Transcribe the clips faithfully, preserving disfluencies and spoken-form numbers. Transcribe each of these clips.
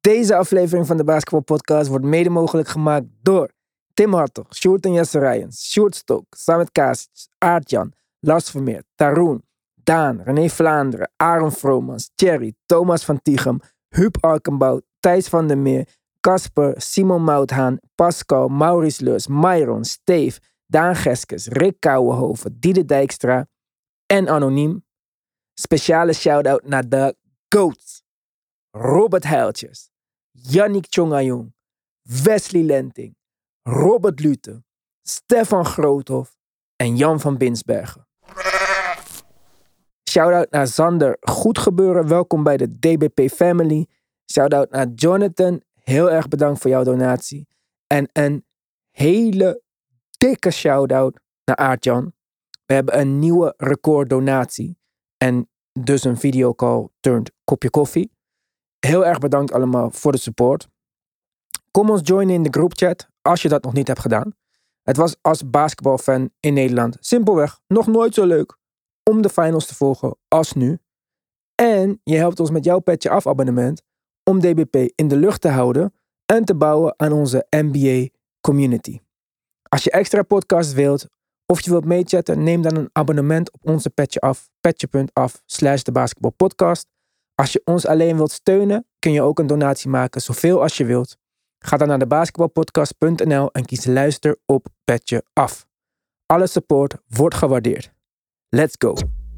Deze aflevering van de Basketball Podcast wordt mede mogelijk gemaakt door Tim Hartog, Sjoerd en Jesse Rijens, Sjoerd Stok, Samet Kasic, Aart-Jan, Lars Vermeer, Taroen, Daan, René Vlaanderen, Aaron Vromans, Thierry, Thomas van Tichem, Huub Arkenbout, Thijs van der Meer, Casper, Simon Mouthaan, Pascal, Maurice Leus, Myron, Steve, Daan Geskes, Rick Kouwenhoven, Diede Dijkstra en Anoniem. Speciale shout-out naar de GOATs. Robert Heiltjes, Yannick Tjongajong, Wesley Lenting, Robert Lute, Stefan Groothof en Jan van Binsbergen. Shout-out naar Zander Goedgebeuren, welkom bij de D B P Family. Shout-out naar Jonathan, heel erg bedankt voor jouw donatie. En een hele dikke shout-out naar Aart-Jan. We hebben een nieuwe record donatie en dus een videocall turned kopje koffie. Heel erg bedankt allemaal voor de support. Kom ons joinen in de groupchat als je dat nog niet hebt gedaan. Het was als basketbalfan in Nederland simpelweg nog nooit zo leuk om de finals te volgen als nu. En je helpt ons met jouw Petje Af abonnement om D B P in de lucht te houden en te bouwen aan onze N B A community. Als je extra podcasts wilt of je wilt meechatten, neem dan een abonnement op onze Petje Af, petje.af slash de basketbalpodcast. Als je ons alleen wilt steunen, kun je ook een donatie maken, zoveel als je wilt. Ga dan naar de basketbalpodcast punt n l en kies luister op Petje Af. Alle support wordt gewaardeerd. Let's go.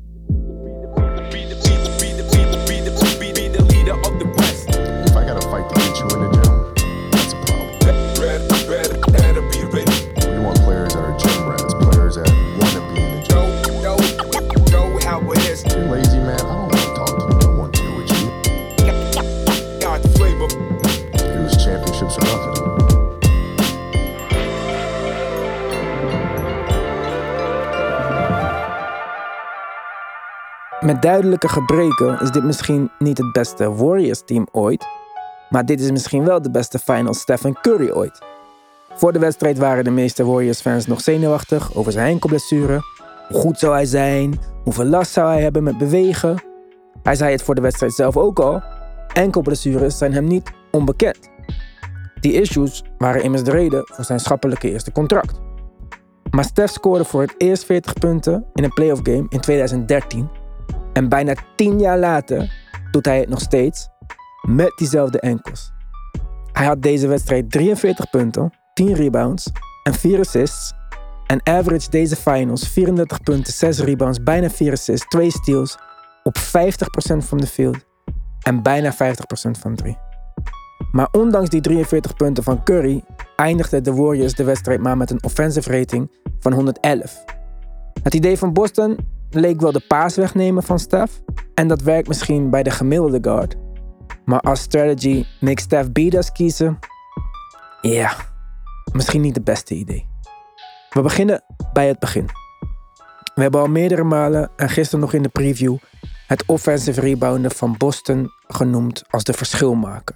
Met duidelijke gebreken is dit misschien niet het beste Warriors-team ooit, maar dit is misschien wel de beste finals Stephen Curry ooit. Voor de wedstrijd waren de meeste Warriors-fans nog zenuwachtig over zijn enkelblessure. Hoe goed zou hij zijn? Hoeveel last zou hij hebben met bewegen? Hij zei het voor de wedstrijd zelf ook al. Enkelblessures zijn hem niet onbekend. Die issues waren immers de reden voor zijn schappelijke eerste contract. Maar Steph scoorde voor het eerst veertig punten in een playoff game in twintig dertien. En bijna tien jaar later doet hij het nog steeds met diezelfde enkels. Hij had deze wedstrijd drieënveertig punten, tien rebounds en vier assists. En average deze finals vierendertig punten, zes rebounds, bijna vier assists, twee steals op vijftig procent van de field en bijna vijftig procent van drie. Maar ondanks die drieënveertig punten van Curry eindigde de Warriors de wedstrijd maar met een offensive rating van honderdelf. Het idee van Boston leek wel de paas wegnemen van Steph. En dat werkt misschien bij de gemiddelde guard. Maar als strategy make Steph beat us kiezen? Ja, yeah, misschien niet het beste idee. We beginnen bij het begin. We hebben al meerdere malen en gisteren nog in de preview het offensive rebounden van Boston genoemd als de verschilmaker.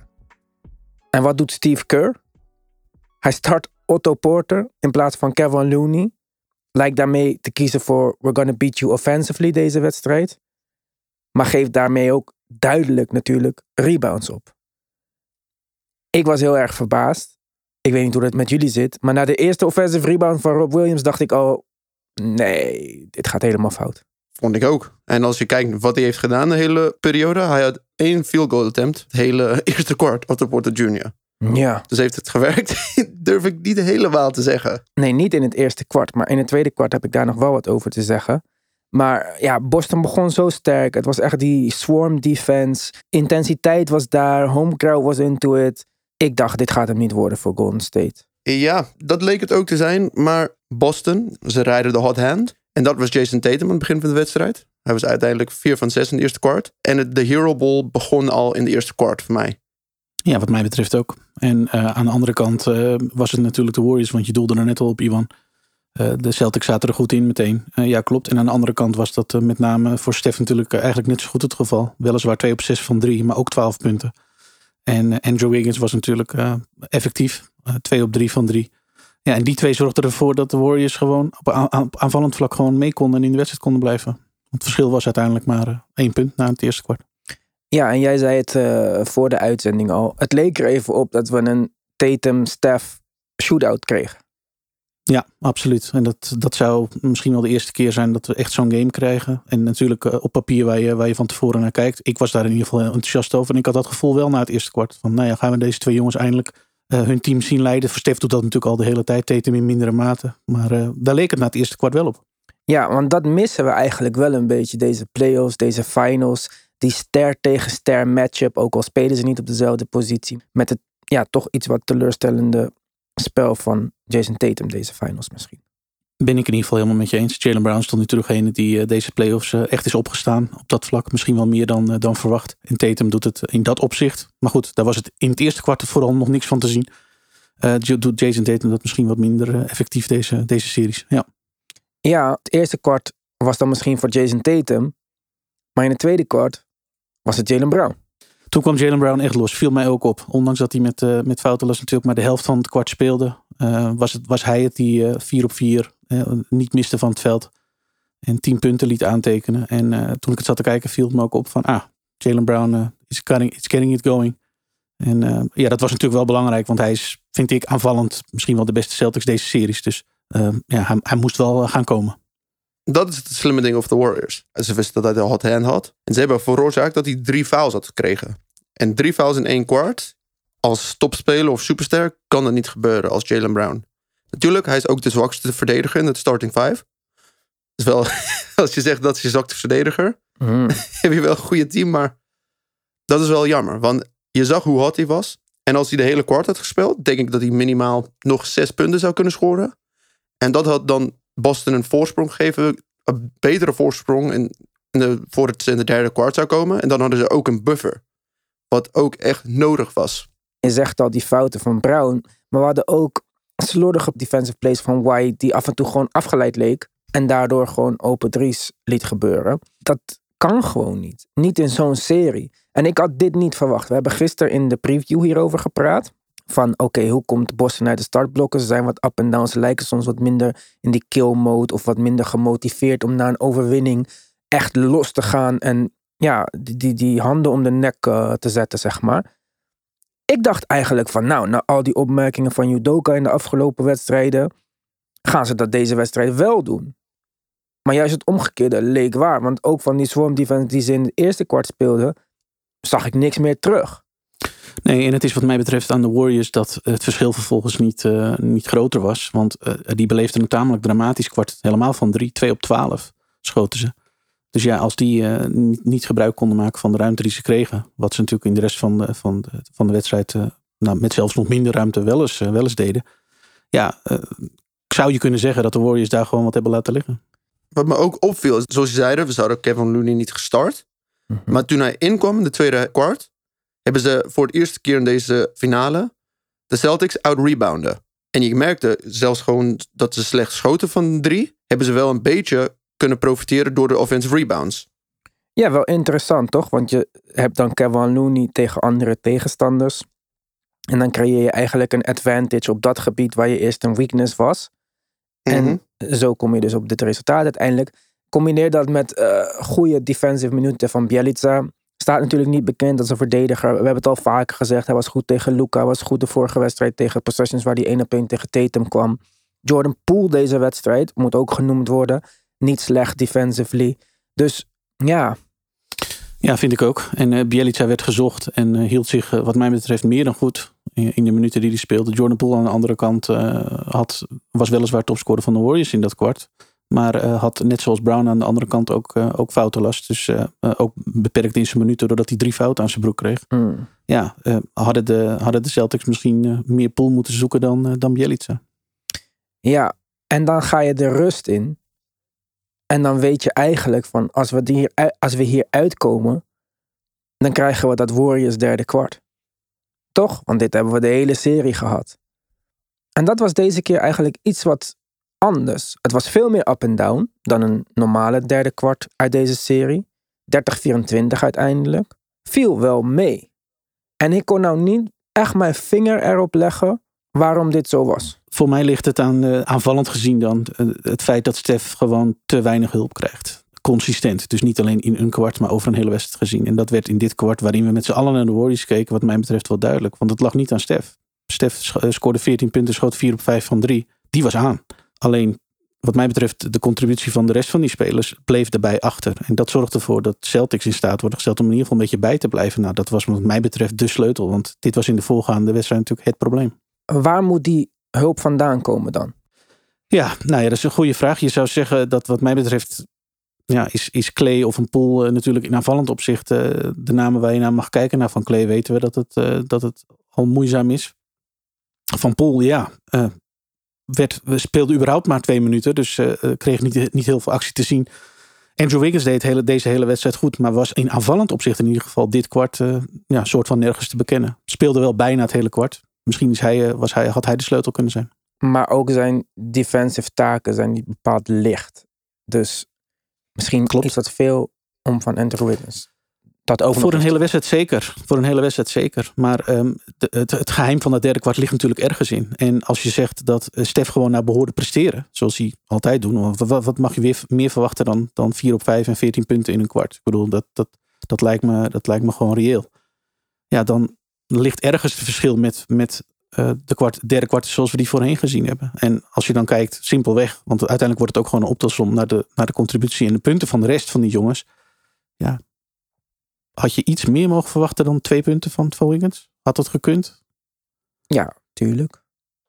En wat doet Steve Kerr? Hij start Otto Porter in plaats van Kevin Looney. Lijkt daarmee te kiezen voor we're gonna beat you offensively deze wedstrijd. Maar geeft daarmee ook duidelijk natuurlijk rebounds op. Ik was heel erg verbaasd. Ik weet niet hoe het met jullie zit. Maar na de eerste offensive rebound van Rob Williams dacht ik al, nee, dit gaat helemaal fout. Vond ik ook. En als je kijkt wat hij heeft gedaan de hele periode. Hij had één field goal attempt. Het hele eerste kwart, Otto Porter junior Ja. Dus heeft het gewerkt? Durf ik niet helemaal te zeggen. Nee, niet in het eerste kwart. Maar in het tweede kwart heb ik daar nog wel wat over te zeggen. Maar ja, Boston begon zo sterk. Het was echt die swarm defense. Intensiteit was daar. Home crowd was into it. Ik dacht, dit gaat hem niet worden voor Golden State. Ja, dat leek het ook te zijn. Maar Boston, ze rijden de hot hand. En dat was Jason Tatum aan het begin van de wedstrijd. Hij was uiteindelijk vier van zes in de eerste kwart. En het, de hero ball begon al in de eerste kwart voor mij. Ja, wat mij betreft ook. En uh, aan de andere kant uh, was het natuurlijk de Warriors, want je doelde er net al op, Iwan. Uh, de Celtics zaten er goed in meteen. Uh, ja, klopt. En aan de andere kant was dat uh, met name voor Steph natuurlijk uh, eigenlijk net zo goed het geval. Weliswaar twee op zes van drie, maar ook twaalf punten. En uh, Andrew Wiggins was natuurlijk uh, effectief. Uh, twee op drie van drie. Ja, en die twee zorgden ervoor dat de Warriors gewoon op, aan, op aanvallend vlak gewoon mee konden en in de wedstrijd konden blijven. Want het verschil was uiteindelijk maar uh, één punt na het eerste kwart. Ja, en jij zei het uh, voor de uitzending al. Het leek er even op dat we een Tatum-Steph shootout kregen. Ja, absoluut. En dat, dat zou misschien wel de eerste keer zijn dat we echt zo'n game krijgen. En natuurlijk uh, op papier waar je, waar je van tevoren naar kijkt. Ik was daar in ieder geval enthousiast over. En ik had dat gevoel wel na het eerste kwart. Van nou ja, gaan we deze twee jongens eindelijk uh, hun team zien leiden. Voor Steph doet dat natuurlijk al de hele tijd. Tatum in mindere mate. Maar uh, daar leek het na het eerste kwart wel op. Ja, want dat missen we eigenlijk wel een beetje. Deze playoffs, deze finals. Die ster tegen ster matchup. Ook al spelen ze niet op dezelfde positie. Met het ja, toch iets wat teleurstellende spel van Jason Tatum deze finals misschien. Ben ik in ieder geval helemaal met je eens. Jaylen Brown stond natuurlijk degene die uh, deze playoffs uh, echt is opgestaan. Op dat vlak misschien wel meer dan, uh, dan verwacht. En Tatum doet het in dat opzicht. Maar goed, daar was het in het eerste kwart vooral nog niks van te zien. Uh, doet Jason Tatum dat misschien wat minder uh, effectief deze, deze series. Ja. ja, het eerste kwart was dan misschien voor Jason Tatum. Maar in het tweede kwart was het Jaylen Brown. Toen kwam Jaylen Brown echt los. Viel mij ook op. Ondanks dat hij met, uh, met Foutelas natuurlijk maar de helft van het kwart speelde. Uh, was, het, was hij het die uh, vier op vier uh, niet miste van het veld. En tien punten liet aantekenen. En uh, toen ik het zat te kijken viel het me ook op van... Ah, Jaylen Brown uh, is getting, it's getting it going. En uh, ja, dat was natuurlijk wel belangrijk. Want hij is, vind ik, aanvallend misschien wel de beste Celtics deze series. Dus uh, ja, hij, hij moest wel uh, gaan komen. Dat is het slimme ding of de Warriors. Ze wisten dat hij de hot hand had. En ze hebben veroorzaakt dat hij drie fouls had gekregen. En drie fouls in één kwart. Als topspeler of superster kan dat niet gebeuren als Jaylen Brown. Natuurlijk, hij is ook de zwakste verdediger in het starting five. Dus wel, als je zegt dat is je zwakste verdediger, mm. heb je wel een goede team. Maar dat is wel jammer. Want je zag hoe hot hij was. En als hij de hele kwart had gespeeld, denk ik dat hij minimaal nog zes punten zou kunnen scoren. En dat had dan Boston een voorsprong gegeven. Een betere voorsprong in, in de, voor het in de derde kwart zou komen. En dan hadden ze ook een buffer. Wat ook echt nodig was. Je zegt al die fouten van Brown. Maar we hadden ook slordige defensive plays van White. Die af en toe gewoon afgeleid leek. En daardoor gewoon open drie's liet gebeuren. Dat kan gewoon niet. Niet in zo'n serie. En ik had dit niet verwacht. We hebben gisteren in de preview hierover gepraat. Van oké, okay, hoe komt Boston uit de startblokken? Ze zijn wat up en down. Ze lijken soms wat minder in die kill mode. Of wat minder gemotiveerd om na een overwinning echt los te gaan. En ja, die, die, die handen om de nek uh, te zetten, zeg maar. Ik dacht eigenlijk van, nou, na al die opmerkingen van Udoka in de afgelopen wedstrijden, gaan ze dat deze wedstrijd wel doen. Maar juist het omgekeerde leek waar. Want ook van die swarm defense die ze in het eerste kwart speelden, zag ik niks meer terug. Nee, en het is wat mij betreft aan de Warriors dat het verschil vervolgens niet, uh, niet groter was. Want uh, die beleefden een tamelijk dramatisch kwart. Helemaal van drie, twee op twaalf schoten ze. Dus ja, als die uh, niet gebruik konden maken van de ruimte die ze kregen. Wat ze natuurlijk in de rest van de, van de, van de wedstrijd uh, nou, met zelfs nog minder ruimte wel eens, uh, wel eens deden. Ja, uh, zou je kunnen zeggen dat de Warriors daar gewoon wat hebben laten liggen. Wat me ook opviel, zoals je zeiden, we zouden Kevin Looney niet gestart. Mm-hmm. Maar toen hij inkwam in de tweede kwart, hebben ze voor het eerste keer in deze finale de Celtics out-rebounden. En je merkte zelfs gewoon dat ze slecht schoten van drie, hebben ze wel een beetje kunnen profiteren door de offensive rebounds. Ja, wel interessant toch? Want je hebt dan Kevin Looney tegen andere tegenstanders. En dan creëer je eigenlijk een advantage op dat gebied waar je eerst een weakness was. Mm-hmm. En zo kom je dus op dit resultaat uiteindelijk. Combineer dat met uh, goede defensive minuten van Bjelica. Staat natuurlijk niet bekend als een verdediger. We hebben het al vaker gezegd. Hij was goed tegen Luka. Hij was goed de vorige wedstrijd tegen possessions waar hij één op één tegen Tatum kwam. Jordan Poole deze wedstrijd moet ook genoemd worden. Niet slecht defensively. Dus ja. Ja, vind ik ook. En uh, Bjelica werd gezocht en uh, hield zich uh, wat mij betreft meer dan goed in, in de minuten die hij speelde. Jordan Poole aan de andere kant uh, had, was weliswaar topscorer van de Warriors in dat kwart. Maar uh, had net zoals Brown aan de andere kant ook, uh, ook foutenlast. Dus uh, uh, ook beperkt in zijn minuten doordat hij drie fouten aan zijn broek kreeg. Mm. Ja, uh, hadden, de, hadden de Celtics misschien uh, meer Poole moeten zoeken dan, uh, dan Bjelica. Ja, en dan ga je de rust in. En dan weet je eigenlijk van als we hier, als we hier uitkomen, dan krijgen we dat Warriors derde kwart. Toch? Want dit hebben we de hele serie gehad. En dat was deze keer eigenlijk iets wat anders. Het was veel meer up en down dan een normale derde kwart uit deze serie. dertig vierentwintig uiteindelijk. Viel wel mee. En ik kon nou niet echt mijn vinger erop leggen waarom dit zo was. Voor mij ligt het aan uh, aanvallend gezien dan uh, het feit dat Steph gewoon te weinig hulp krijgt. consistent. Dus niet alleen in een kwart, maar over een hele wedstrijd gezien. En dat werd in dit kwart, waarin we met z'n allen naar de Warriors keken, wat mij betreft wel duidelijk. Want het lag niet aan Stef. Stef scoorde veertien punten, schoot vier op vijf van drie. Die was aan. Alleen, wat mij betreft, de contributie van de rest van die spelers bleef daarbij achter. En dat zorgde ervoor dat Celtics in staat worden gesteld om in ieder geval een beetje bij te blijven. Nou, dat was wat mij betreft de sleutel. Want dit was in de voorgaande wedstrijd natuurlijk het probleem. Waar moet die hulp vandaan komen dan? Ja, nou ja, dat is een goede vraag. Je zou zeggen dat wat mij betreft ja, is, is Clay of een Poole uh, natuurlijk in aanvallend opzicht uh, de namen waar je naar mag kijken. Nou, van Clay weten we dat het, uh, dat het al moeizaam is. Van Poole, ja, uh, werd, speelde überhaupt maar twee minuten. Dus uh, kreeg niet, niet heel veel actie te zien. Andrew Wiggins deed hele, deze hele wedstrijd goed. Maar was in aanvallend opzicht in ieder geval dit kwart uh, ja, soort van nergens te bekennen. Speelde wel bijna het hele kwart. Misschien is hij, uh, was hij, had hij de sleutel kunnen zijn. Maar ook zijn defensive taken zijn niet bepaald licht. Dus misschien Klopt. is dat veel om van Andrew Wiggins. Dat ook Voor een hele wedstrijd zeker. Voor een hele wedstrijd zeker. Maar um, de, het, het geheim van dat derde kwart ligt natuurlijk ergens in. En als je zegt dat Stef gewoon naar behoorde presteren, zoals hij altijd doet. Wat, wat mag je weer meer verwachten dan, dan vier op vijf en veertien punten in een kwart? Ik bedoel, dat, dat, dat, lijkt, me, dat lijkt me gewoon reëel. Ja, dan ligt ergens het verschil met, met uh, de kwart, derde kwart zoals we die voorheen gezien hebben. En als je dan kijkt, simpelweg, want uiteindelijk wordt het ook gewoon een optelsom naar de, naar de contributie en de punten van de rest van die jongens. Ja. Had je iets meer mogen verwachten dan twee punten van, van Wiggins? Had dat gekund? Ja, tuurlijk.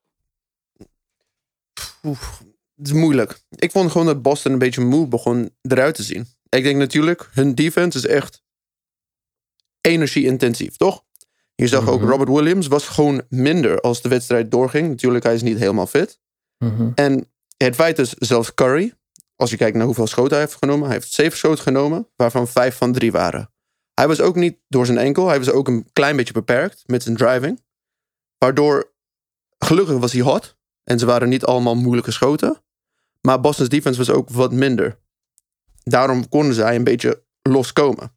Oef, het is moeilijk. Ik vond gewoon dat Boston een beetje moe begon eruit te zien. Ik denk natuurlijk, hun defense is echt energie-intensief, toch? Je zag mm-hmm. ook Robert Williams was gewoon minder als de wedstrijd doorging. Natuurlijk, hij is niet helemaal fit. Mm-hmm. En het feit is, zelfs Curry, als je kijkt naar hoeveel schoten hij heeft genomen, hij heeft zeven schoten genomen, waarvan vijf van drie waren. Hij was ook niet door zijn enkel. Hij was ook een klein beetje beperkt met zijn driving. Waardoor, gelukkig was hij hot. En ze waren niet allemaal moeilijke schoten. Maar Boston's defense was ook wat minder. Daarom konden zij een beetje loskomen.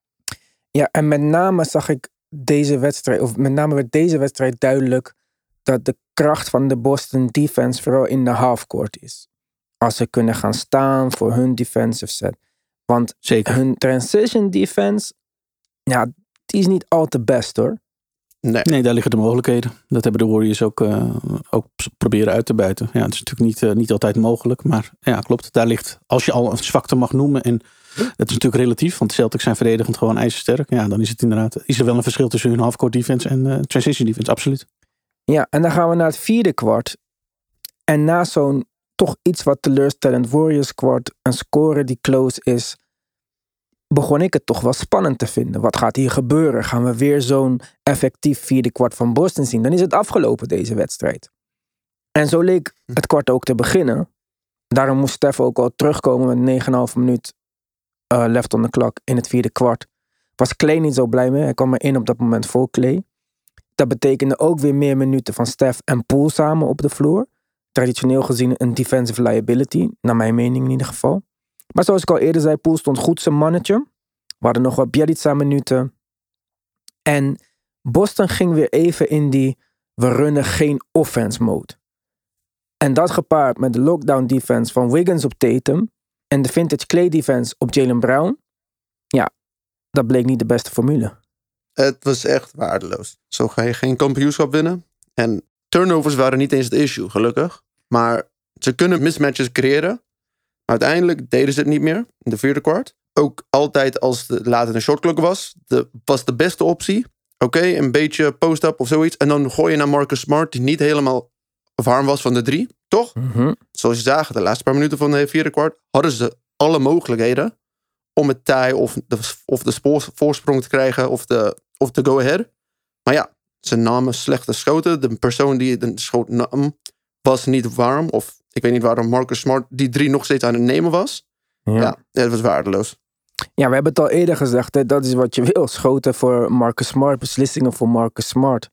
Ja, en met name zag ik deze wedstrijd, of met name werd deze wedstrijd duidelijk dat de kracht van de Boston defense vooral in de halfcourt is. Als ze kunnen gaan staan voor hun defensive set. Want Zeker. Hun transition defense, ja, die is niet al te best hoor. Nee. nee, daar liggen de mogelijkheden. Dat hebben de Warriors ook, uh, ook proberen uit te buiten. Ja, het is natuurlijk niet, uh, niet altijd mogelijk. Maar ja, klopt. Daar ligt, als je al een zwakte mag noemen. En dat is natuurlijk relatief. Want de Celtics zijn verdedigend gewoon ijzersterk. Ja, dan is het inderdaad. Is er wel een verschil tussen hun halfcourt defense en uh, transition defense. Absoluut. Ja, en dan gaan we naar het vierde kwart. En na zo'n toch iets wat teleurstellend Warriors kwart. Een score die close is. Begon ik het toch wel spannend te vinden. Wat gaat hier gebeuren? Gaan we weer zo'n effectief vierde kwart van Boston zien? Dan is het afgelopen, deze wedstrijd. En zo leek het kwart ook te beginnen. Daarom moest Stef ook al terugkomen met negen komma vijf minuut uh, left on the clock in het vierde kwart. Was Clay niet zo blij mee. Hij kwam er in op dat moment voor Clay. Dat betekende ook weer meer minuten van Stef en Poole samen op de vloer. Traditioneel gezien een defensive liability. Naar mijn mening in ieder geval. Maar zoals ik al eerder zei, Poole stond goed zijn mannetje. We hadden nog wat Bjelica minuten. En Boston ging weer even in die we runnen geen offense mode. En dat gepaard met de lockdown defense van Wiggins op Tatum. En de vintage Clay defense op Jaylen Brown. Ja, dat bleek niet de beste formule. Het was echt waardeloos. Zo ga je geen kampioenschap winnen. En turnovers waren niet eens het issue, gelukkig. Maar ze kunnen mismatches creëren. Uiteindelijk deden ze het niet meer in de vierde kwart. Ook altijd als het later een shotclock was, de, was de beste optie. Oké, okay, een beetje post-up of zoiets. En dan gooi je naar Marcus Smart, die niet helemaal warm was van de drie. Toch? Mm-hmm. Zoals je zag, de laatste paar minuten van de vierde kwart hadden ze alle mogelijkheden om het tie of de, of de spoor, voorsprong te krijgen of de, of de go-ahead. Maar ja, ze namen slechte schoten. De persoon die de schoot nam was niet warm. Of ik weet niet waarom Marcus Smart die drie nog steeds aan het nemen was. Ja, ja het was waardeloos. Ja, we hebben het al eerder gezegd. Hè, dat is wat je wil. Schoten voor Marcus Smart. Beslissingen voor Marcus Smart.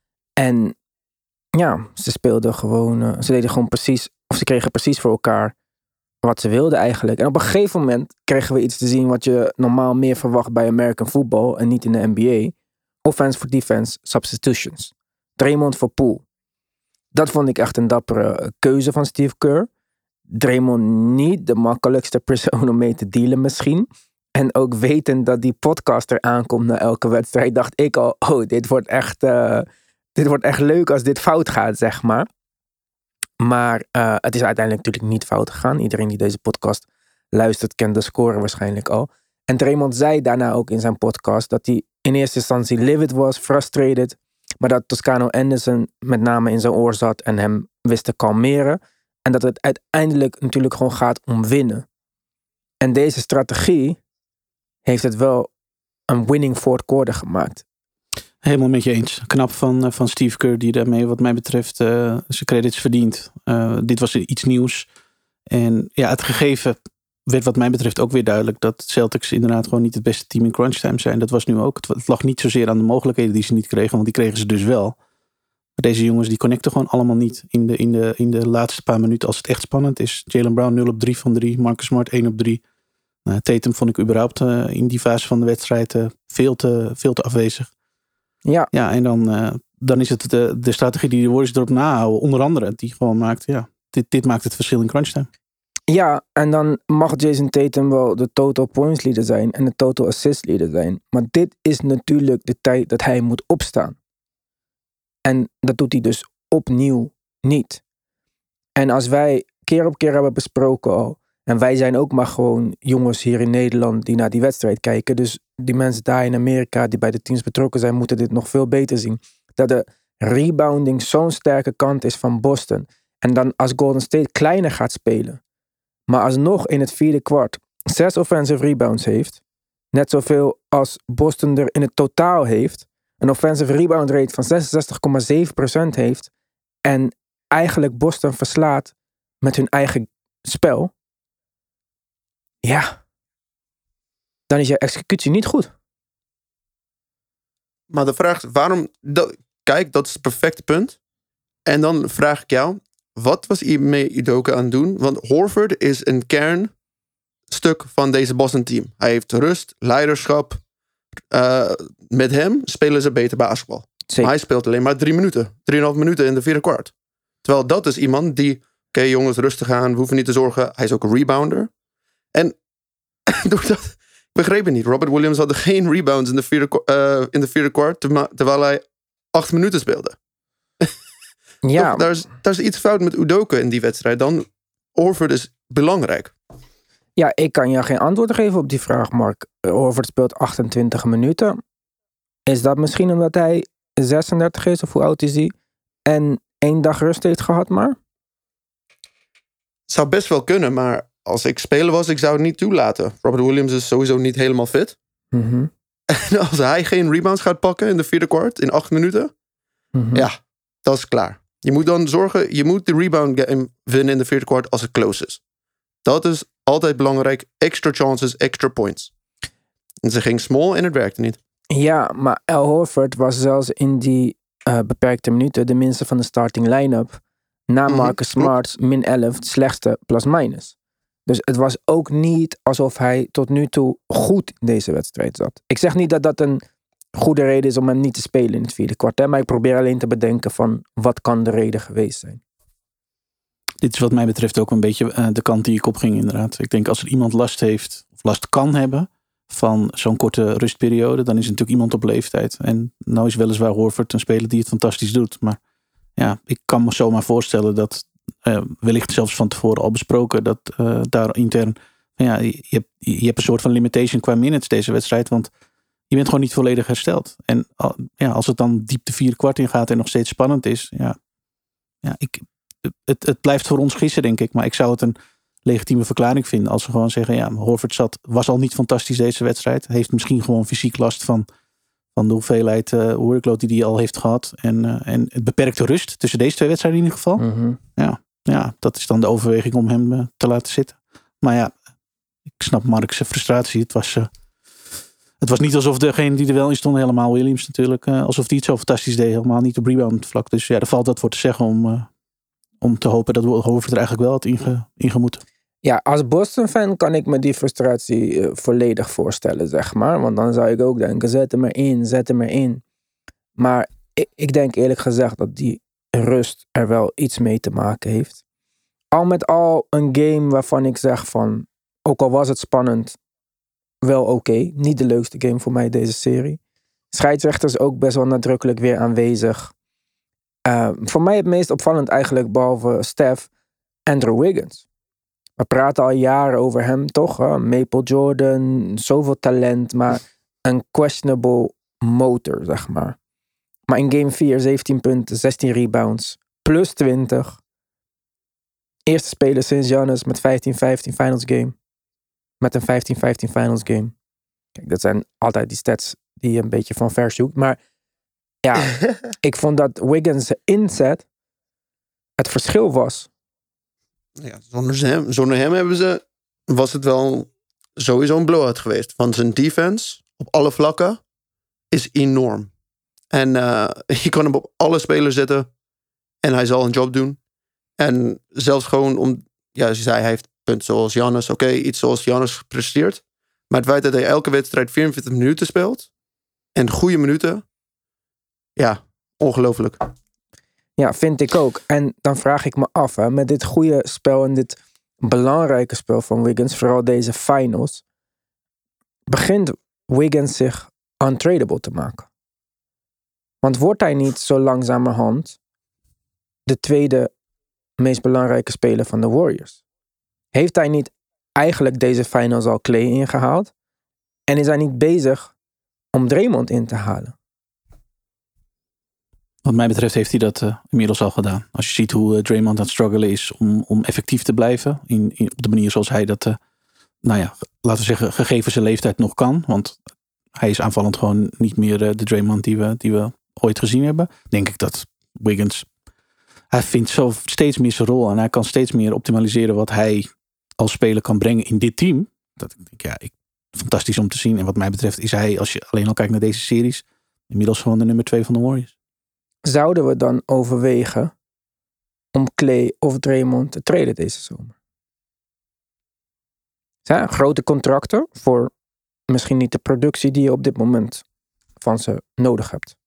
En ja, ze speelden gewoon. Uh, ze deden gewoon precies. Of ze kregen precies voor elkaar wat ze wilden eigenlijk. En op een gegeven moment kregen we iets te zien wat je normaal meer verwacht bij American football en niet in de N B A. Offense for defense, substitutions. Draymond voor Poole. Dat vond ik echt een dappere keuze van Steve Kerr. Draymond niet de makkelijkste persoon om mee te dealen misschien. En ook wetend dat die podcaster aankomt na elke wedstrijd, dacht ik al, oh, dit wordt echt, uh, dit wordt echt leuk als dit fout gaat, zeg maar. Maar uh, het is uiteindelijk natuurlijk niet fout gegaan. Iedereen die deze podcast luistert, kent de score waarschijnlijk al. En Draymond zei daarna ook in zijn podcast dat hij in eerste instantie livid was, frustrated. Maar dat Toscano Anderson met name in zijn oor zat en hem wist te kalmeren. En dat het uiteindelijk natuurlijk gewoon gaat om winnen. En deze strategie heeft het wel een winning fourth quarter gemaakt. Helemaal met je eens. Knap van, van Steve Kerr die daarmee wat mij betreft uh, zijn credits verdient. Uh, dit was iets nieuws. En ja, het gegeven werd wat mij betreft ook weer duidelijk dat Celtics inderdaad gewoon niet het beste team in crunch time zijn. Dat was nu ook. Het, het lag niet zozeer aan de mogelijkheden die ze niet kregen, want die kregen ze dus wel. Maar deze jongens die connecten gewoon allemaal niet in de, in de, in de laatste paar minuten als het echt spannend is. Jaylen Brown nul op drie van drie. Marcus Smart één op drie. Uh, Tatum vond ik überhaupt uh, in die fase van de wedstrijd uh, veel, te, veel te afwezig. Ja. Ja, en dan, uh, dan is het de, de strategie die de Warriors erop nahouden. Onder andere, die gewoon maakt, ja, dit, dit maakt het verschil in crunch time. Ja, en dan mag Jason Tatum wel de total points leader zijn en de total assist leader zijn. Maar dit is natuurlijk de tijd dat hij moet opstaan. En dat doet hij dus opnieuw niet. En als wij keer op keer hebben besproken al, en wij zijn ook maar gewoon jongens hier in Nederland die naar die wedstrijd kijken. Dus die mensen daar in Amerika die bij de teams betrokken zijn, moeten dit nog veel beter zien. Dat de rebounding zo'n sterke kant is van Boston. En dan als Golden State kleiner gaat spelen, maar alsnog in het vierde kwart zes offensive rebounds heeft, net zoveel als Boston er in het totaal heeft, een offensive rebound rate van zesenzestig komma zeven procent heeft en eigenlijk Boston verslaat met hun eigen spel. Ja, dan is je executie niet goed. Maar de vraag is, waarom... Dat, kijk, dat is het perfecte punt. En dan vraag ik jou, wat was Ime Udoka aan het doen? Want Horford is een kernstuk van deze Boston team. Hij heeft rust, leiderschap. Uh, met hem spelen ze beter basketbal. Zeker. Maar hij speelt alleen maar drie minuten. Drieënhalf minuten in de vierde kwart. Terwijl dat is iemand die... Oké okay, jongens, rustig aan. We hoeven niet te zorgen. Hij is ook een rebounder. En door dat... Ik begreep het niet. Robert Williams had geen rebounds in de vierde, uh, in de vierde kwart. Terwijl hij acht minuten speelde. Ja. Toch, daar, is, daar is iets fout met Udoka in die wedstrijd. Dan Horford is belangrijk. Ja, ik kan je geen antwoord geven op die vraag, Mark. Horford speelt achtentwintig minuten. Is dat misschien omdat hij zesendertig is, of hoe oud is hij? En één dag rust heeft gehad maar? Zou best wel kunnen, maar als ik speler was, ik zou het niet toelaten. Robert Williams is sowieso niet helemaal fit. Mm-hmm. En als hij geen rebounds gaat pakken in de vierde kwart, in acht minuten, Mm-hmm. ja, dat is klaar. Je moet dan zorgen, je moet de rebound game winnen in de vierde kwart als het close is. Dat is altijd belangrijk. Extra chances, extra points. En ze ging small en het werkte niet. Ja, maar Al Horford was zelfs in die uh, beperkte minuten de minste van de starting line-up. Na Marcus mm-hmm. Smart's min elf, het slechtste plus-minus. Dus het was ook niet alsof hij tot nu toe goed in deze wedstrijd zat. Ik zeg niet dat dat een goede reden is om hem niet te spelen in het vierde kwart. Hè? Maar ik probeer alleen te bedenken van wat kan de reden geweest zijn. Dit is wat mij betreft ook een beetje uh, de kant die ik op ging inderdaad. Ik denk als er iemand last heeft, of last kan hebben van zo'n korte rustperiode, dan is het natuurlijk iemand op leeftijd. En nou is weliswaar Horford een speler die het fantastisch doet. Maar ja, ik kan me zomaar voorstellen dat, uh, wellicht zelfs van tevoren al besproken, dat uh, daar intern, ja, je, je, hebt, je hebt een soort van limitation qua minutes deze wedstrijd, want je bent gewoon niet volledig hersteld. En ja, als het dan diep de vierde kwart in gaat en nog steeds spannend is, ja, ja ik, het, het blijft voor ons gissen, denk ik. Maar ik zou het een legitieme verklaring vinden als we gewoon zeggen, ja, Horford zat, was al niet fantastisch deze wedstrijd. Heeft misschien gewoon fysiek last van, van de hoeveelheid uh, workload die hij al heeft gehad. En, uh, en het beperkte rust tussen deze twee wedstrijden in ieder geval. Mm-hmm. Ja, ja, dat is dan de overweging om hem uh, te laten zitten. Maar ja, ik snap Mark's frustratie. Het was... Uh, Het was niet alsof degene die er wel in stond, helemaal Williams natuurlijk, uh, alsof die het zo fantastisch deed, helemaal niet op rebound vlak. Dus ja, er valt dat voor te zeggen om, uh, om te hopen dat Horford er eigenlijk wel had inge, ingemoeten. Ja, als Boston-fan kan ik me die frustratie uh, volledig voorstellen, zeg maar. Want dan zou ik ook denken, zet hem erin, zet hem erin. Maar ik, ik denk eerlijk gezegd dat die rust er wel iets mee te maken heeft. al met al een game waarvan ik zeg van, ook al was het spannend, wel oké. Okay. Niet de leukste game voor mij deze serie. Scheidsrechters ook best wel nadrukkelijk weer aanwezig. Uh, voor mij het meest opvallend eigenlijk, behalve Steph, Andrew Wiggins. We praten al jaren over hem, toch? Huh? Maple Jordan, zoveel talent, maar een questionable motor, zeg maar. Maar in game vier, zeventien punten, zestien rebounds, plus twintig. Eerste speler sinds Giannis met vijftien vijftien finals game. Met een vijftien vijftien finals game. Kijk, dat zijn altijd die stats die je een beetje van ver zoekt. Maar ja, ik vond dat Wiggins' inzet het verschil was. Ja, zonder hem, zonder hem hebben ze, was het wel sowieso een blowout geweest. Want zijn defense op alle vlakken is enorm. En uh, je kan hem op alle spelers zetten en hij zal een job doen. En zelfs gewoon om, ja, ze zei hij heeft punten zoals Giannis, oké, okay, iets zoals Giannis gepresteerd. Maar het feit dat hij elke wedstrijd vierenveertig minuten speelt en goede minuten, ja, ongelooflijk. Ja, vind ik ook. En dan vraag ik me af, hè, met dit goede spel en dit belangrijke spel van Wiggins, vooral deze finals, begint Wiggins zich untradable te maken. Want wordt hij niet zo langzamerhand de tweede meest belangrijke speler van de Warriors? Heeft hij niet eigenlijk deze finals al Klay ingehaald? En is hij niet bezig om Draymond in te halen? Wat mij betreft heeft hij dat uh, inmiddels al gedaan. Als je ziet hoe uh, Draymond aan het struggelen is om, om effectief te blijven. In, in, op de manier zoals hij dat, uh, nou ja, laten we zeggen, gegeven zijn leeftijd nog kan. Want hij is aanvallend gewoon niet meer uh, de Draymond die we, die we ooit gezien hebben. Denk ik dat Wiggins, hij vindt zo steeds meer zijn rol. En hij kan steeds meer optimaliseren wat hij als speler kan brengen in dit team. Dat ik denk, ja, ik, fantastisch om te zien. En wat mij betreft is hij, als je alleen al kijkt naar deze series, inmiddels gewoon de nummer twee van de Warriors. Zouden we dan overwegen om Klay of Draymond te traden deze zomer? Zijn grote contracten voor misschien niet de productie die je op dit moment van ze nodig hebt?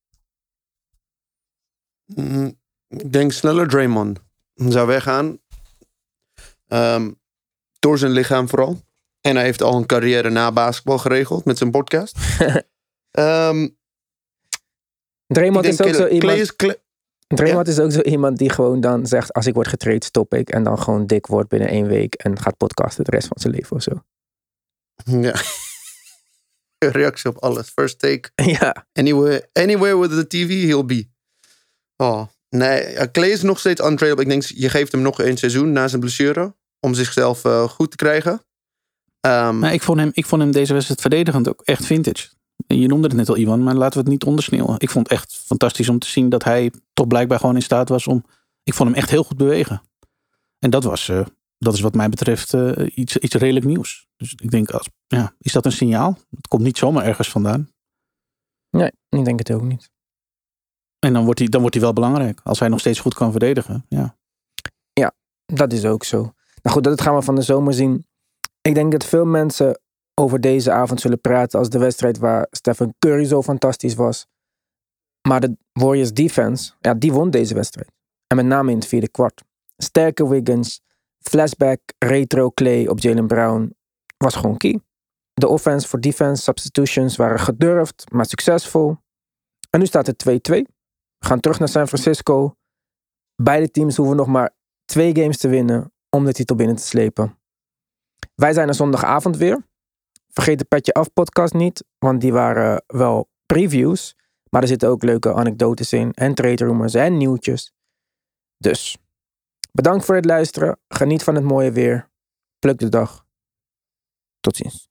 Mm, ik denk sneller Draymond zou weggaan. Um, door zijn lichaam vooral. En hij heeft al een carrière na basketbal geregeld met zijn podcast. um, Draymond is ook zo iemand. Is Clay... Draymond ja? is ook zo iemand die gewoon dan zegt: als ik word getraind, stop ik. En dan gewoon dik wordt binnen één week en gaat podcasten de rest van zijn leven of zo. Ja. Reactie op alles. First take. Ja. Anywhere, anywhere with the T V, he'll be. Oh, nee. Clay is nog steeds untradable. Ik denk, je geeft hem nog één seizoen na zijn blessure. Om zichzelf uh, goed te krijgen. Um, maar ik, vond hem, ik vond hem deze wedstrijd verdedigend ook echt vintage. Je noemde het net al, Iwan, maar laten we het niet ondersneeuwen. Ik vond het echt fantastisch om te zien dat hij toch blijkbaar gewoon in staat was om... Ik vond hem echt heel goed bewegen. En dat was, uh, dat is wat mij betreft uh, iets, iets redelijk nieuws. Dus ik denk, als, ja, is dat een signaal? Het komt niet zomaar ergens vandaan. Nee, ik denk het ook niet. En dan wordt hij, dan wordt hij wel belangrijk. Als hij nog steeds goed kan verdedigen. Ja, ja, dat is ook zo. Nou goed, dat gaan we van de zomer zien. Ik denk dat veel mensen over deze avond zullen praten als de wedstrijd waar Stephen Curry zo fantastisch was. Maar de Warriors defense, ja, die won deze wedstrijd. En met name in het vierde kwart. Sterke Wiggins, flashback, retro Klay op Jaylen Brown was gewoon key. De offense voor defense substitutions waren gedurfd, maar succesvol. En nu staat het twee-twee. We gaan terug naar San Francisco. Beide teams hoeven nog maar twee games te winnen om de titel binnen te slepen. Wij zijn er zondagavond weer. Vergeet de Petje Af podcast niet, want die waren wel previews. Maar er zitten ook leuke anekdotes in en trade rumors en nieuwtjes. Dus, bedankt voor het luisteren. Geniet van het mooie weer. Pluk de dag. Tot ziens.